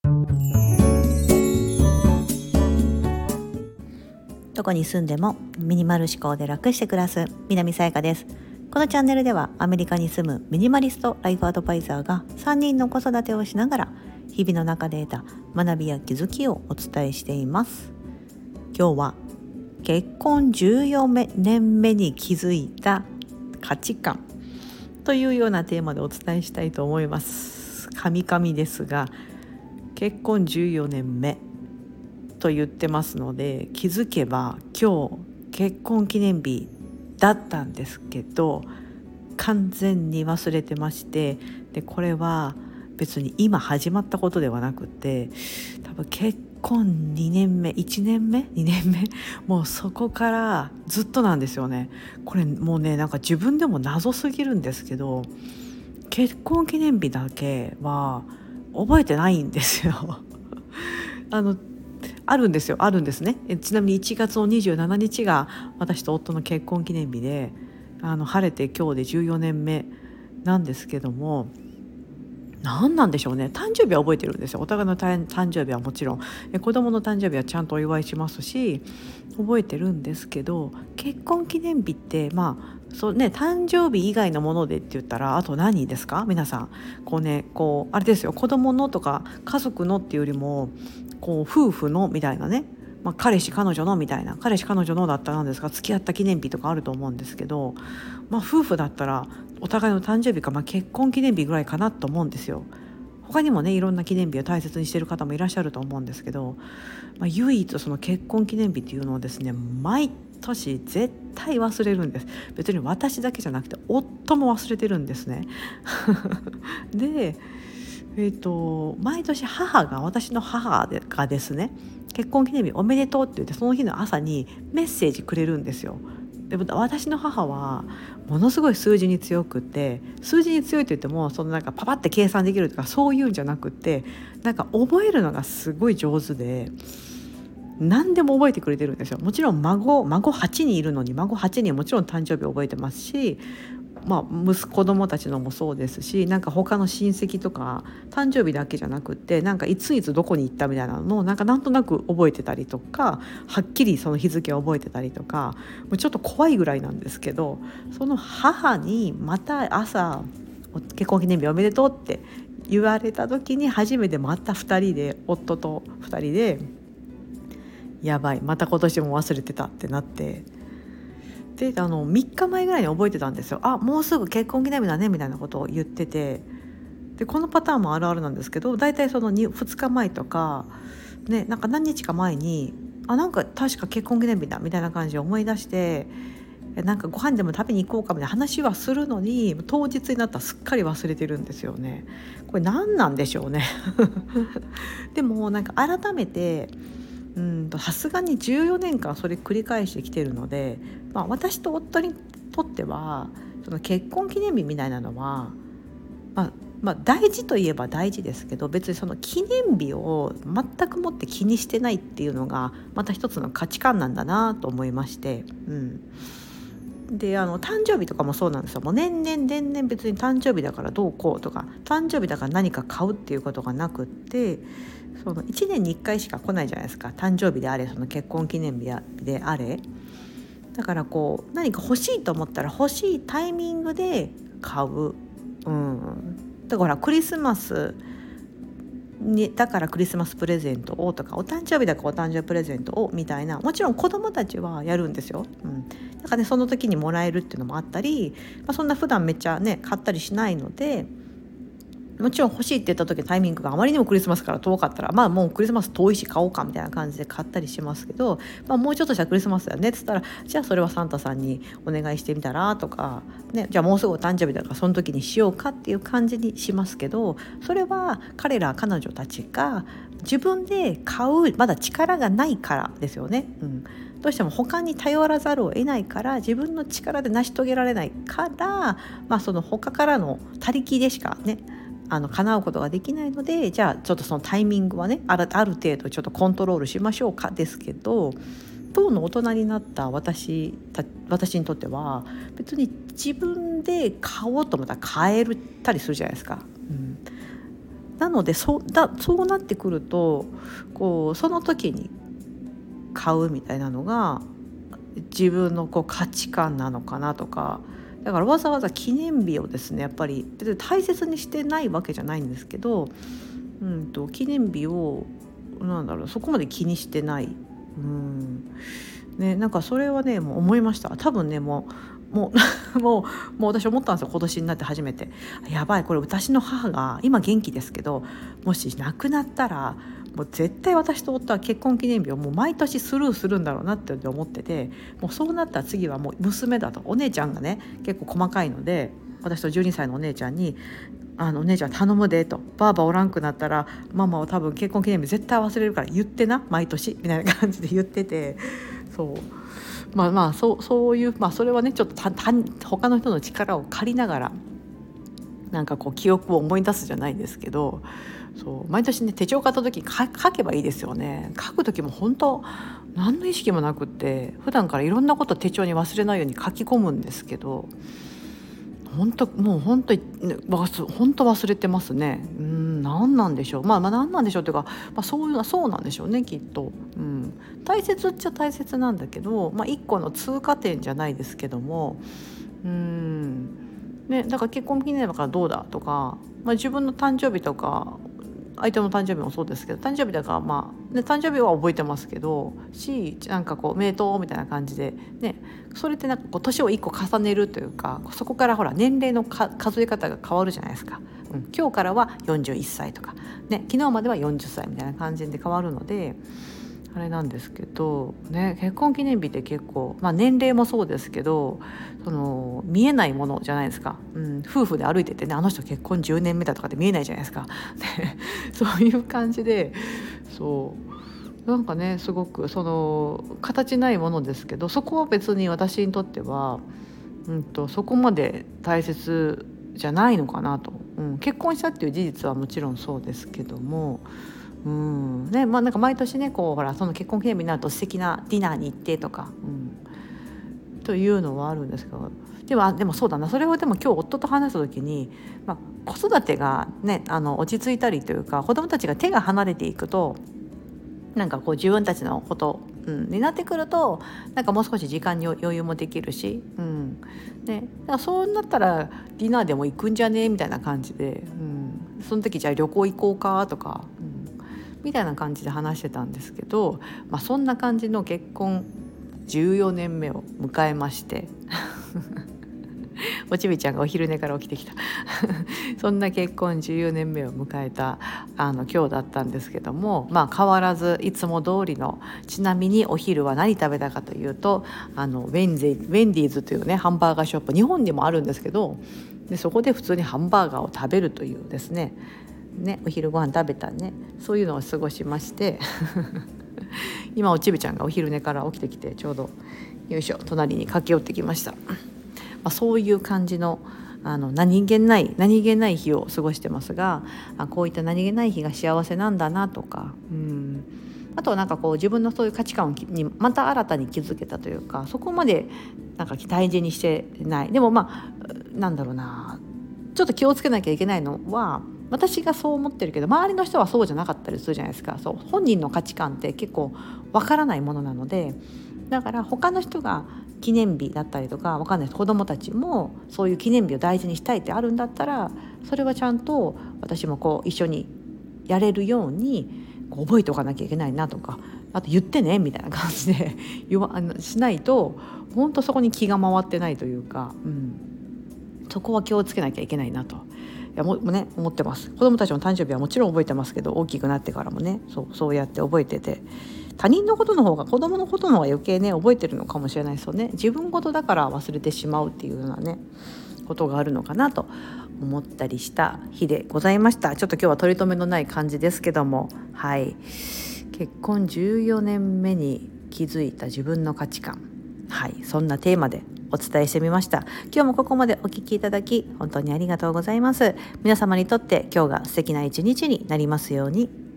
どこに住んでもミニマル思考で楽して暮らす南さやかです。このチャンネルではアメリカに住むミニマリストライフアドバイザーが3人の子育てをしながら日々の中で得た学びや気づきをお伝えしています。今日は結婚14年目に気づいた価値観というようなテーマでお伝えしたいと思います。神々ですが、結婚14年目と言ってますので、気づけば今日結婚記念日だったんですけど、完全に忘れてまして、でこれは別に今始まったことではなくて、多分結婚2年目1年目2年目もうそこからずっとなんですよね。これもうね、なんか自分でも謎すぎるんですけど、結婚記念日だけは覚えてないんですよあるんですね。ちなみに1月の27日が私と夫の結婚記念日で、晴れて今日で14年目なんですけども、何なんでしょうね。誕生日は覚えてるんですよ。お互いの誕生日はもちろん、子供の誕生日はちゃんとお祝いしますし覚えてるんですけど、結婚記念日ってそうね、誕生日以外のものでって言ったらあと何ですか皆さん。あれですよ、子供のとか家族のっていうよりも夫婦のみたいなね、彼氏彼女のみたいな、彼氏彼女のだったら何ですか、付き合った記念日とかあると思うんですけど、夫婦だったらお互いの誕生日か、結婚記念日ぐらいかなと思うんですよ。他にもね、いろんな記念日を大切にしている方もいらっしゃると思うんですけど、唯一その結婚記念日っていうのをですね、毎年絶対忘れるんです。別に私だけじゃなくて夫も忘れてるんですねで毎年私の母がですね、結婚記念日おめでとうって言って、その日の朝にメッセージくれるんですよ。でも私の母はものすごい数字に強くって、数字に強いと言ってもなんかパパって計算できるとかそういうんじゃなくって、なんか覚えるのがすごい上手で、何でも覚えてくれてるんですよ。もちろん孫8人いるのに、孫8人もちろん誕生日覚えてますし、子供たちのもそうですし、なんか他の親戚とか誕生日だけじゃなくって、なんかいついつどこに行ったみたいなのをなんとなく覚えてたりとか、はっきりその日付を覚えてたりとか、もうちょっと怖いぐらいなんですけど、その母にまた朝結婚記念日おめでとうって言われた時に初めてまた夫と2人でやばい、また今年も忘れてたってなって、で3日前ぐらいに覚えてたんですよ。もうすぐ結婚記念日だねみたいなことを言ってて、でこのパターンもあるあるなんですけど、だいたいその 2日前とかね、なんか何日か前になんか確か結婚記念日だみたいな感じで思い出して、なんかご飯でも食べに行こうかみたいな話はするのに、当日になったらすっかり忘れてるんですよね。これ何なんでしょうねでもなんか改めてさすがに14年間それ繰り返してきてるので、私と夫にとってはその結婚記念日みたいなのは、大事といえば大事ですけど、別にその記念日を全くもって気にしてないっていうのがまた一つの価値観なんだなと思いまして、で誕生日とかもそうなんですよ。もう年々別に誕生日だからどうこうとか、誕生日だから何か買うっていうことがなくって、その1年に1回しか来ないじゃないですか。誕生日であれ、その結婚記念日であれ、だから何か欲しいと思ったら欲しいタイミングで買う。だからクリスマスだからクリスマスプレゼントをとか、お誕生日だからお誕生日プレゼントをみたいな、もちろん子どもたちはやるんですよ。だからね、その時にもらえるっていうのもあったり、そんな普段めっちゃね買ったりしないので、もちろん欲しいって言った時タイミングがあまりにもクリスマスから遠かったら、もうクリスマス遠いし買おうかみたいな感じで買ったりしますけど、もうちょっとしたらクリスマスだよねって言ったら、じゃあそれはサンタさんにお願いしてみたらとか、じゃあもうすぐお誕生日だからその時にしようかっていう感じにしますけど、それは彼女たちが自分で買うまだ力がないからですよね。どうしても他に頼らざるを得ないから、自分の力で成し遂げられないから、その他からの他力でしかね叶うことができないので、じゃあちょっとそのタイミングはね、ある程度ちょっとコントロールしましょうかですけど、当の大人になった私にとっては別に自分で買おうと思ったら買えたりするじゃないですか。 なのでそうなってくるとこうその時に買うみたいなのが自分のこう価値観なのかなとか、だからわざわざ記念日をですねやっぱり別に大切にしてないわけじゃないんですけど、記念日をそこまで気にしてない、なんかそれはねもう思いました。多分ねもうもう私思ったんですよ、今年になって初めて。やばい、これ私の母が今元気ですけどもし亡くなったらもう絶対私と夫は結婚記念日をもう毎年スルーするんだろうなって思ってて、もうそうなったら次はもう娘だと。お姉ちゃんがね結構細かいので、私と12歳のお姉ちゃんにお姉ちゃん頼むでと、ばあばおらんくなったらママは多分結婚記念日絶対忘れるから言ってな毎年みたいな感じで言ってて、そういう、それはねちょっと他の人の力を借りながらなんかこう記憶を思い出すじゃないですけど、毎年ね手帳買った時に書けばいいですよね。書く時も本当何の意識もなくって普段からいろんなこと手帳に忘れないように書き込むんですけど、本当忘れてますね。何なんでしょう。何なんでしょうというか、そうなんでしょうねきっと。大切っちゃ大切なんだけど、一個の通過点じゃないですけども、だから結婚記念日だからどうだとか、自分の誕生日とか相手の誕生日もそうですけど、誕生日だから誕生日は覚えてますけどなんかこう名刀みたいな感じでね、それってなんかこう年を1個重ねるというか、そこからほら年齢の数え方が変わるじゃないですか。今日からは41歳とかね、昨日までは40歳みたいな感じで変わるのであれなんですけどね、結婚記念日って結構、年齢もそうですけど見えないものじゃないですか。夫婦で歩いててね、あの人結婚10年目だとかって見えないじゃないですか。そういう感じでなんかねすごく形ないものですけど、そこは別に私にとっては、そこまで大切じゃないのかなと、結婚したっていう事実はもちろんそうですけども、なんか毎年ねこうほらその結婚記念日になると素敵なディナーに行ってとか、というのはあるんですけど、でもそうだな、それをでも今日夫と話した時に、子育てがね落ち着いたりというか子どもたちが手が離れていくとなんかこう自分たちのこと、になってくるとなんかもう少し時間に余裕もできるし、だからそうなったらディナーでも行くんじゃねみたいな感じで、その時じゃあ旅行行こうかとか、みたいな感じで話してたんですけど、そんな感じの結婚14年目を迎えましておちびちゃんがお昼寝から起きてきたそんな結婚14年目を迎えた今日だったんですけども、変わらずいつも通りの、ちなみにお昼は何食べたかというとウェンディーズというねハンバーガーショップ、日本にもあるんですけど、でそこで普通にハンバーガーを食べるというですね、お昼ご飯食べたね、そういうのを過ごしまして今おちびちゃんがお昼寝から起きてきてちょうどよいしょ隣に駆け寄ってきました。そういう感じの何気ない日を過ごしてますが、こういった何気ない日が幸せなんだなとか、あとはなんかこう自分のそういう価値観にまた新たに気づけたというか、そこまでなんか大事にしてない。でもなんだろうな、ちょっと気をつけなきゃいけないのは、私がそう思ってるけど周りの人はそうじゃなかったりするじゃないですか。本人の価値観って結構わからないものなので、だから他の人が記念日だったりとかわかんない、子どもたちもそういう記念日を大事にしたいってあるんだったら、それはちゃんと私もこう一緒にやれるように覚えておかなきゃいけないなとか、あと言ってねみたいな感じでしないと本当そこに気が回ってないというか、そこは気をつけなきゃいけないなと思ってます。子どもたちの誕生日はもちろん覚えてますけど、大きくなってからもねそうやって覚えてて、他人のことの方が子どものことの方が余計ね覚えてるのかもしれないですよね。自分事だから忘れてしまうっていうようなねことがあるのかなと思ったりした日でございました。ちょっと今日は取り留めのない感じですけども、結婚14年目に気づいた自分の価値観、そんなテーマでお伝えしてみました。今日もここまでお聞きいただき本当にありがとうございます。皆様にとって今日が素敵な一日になりますように。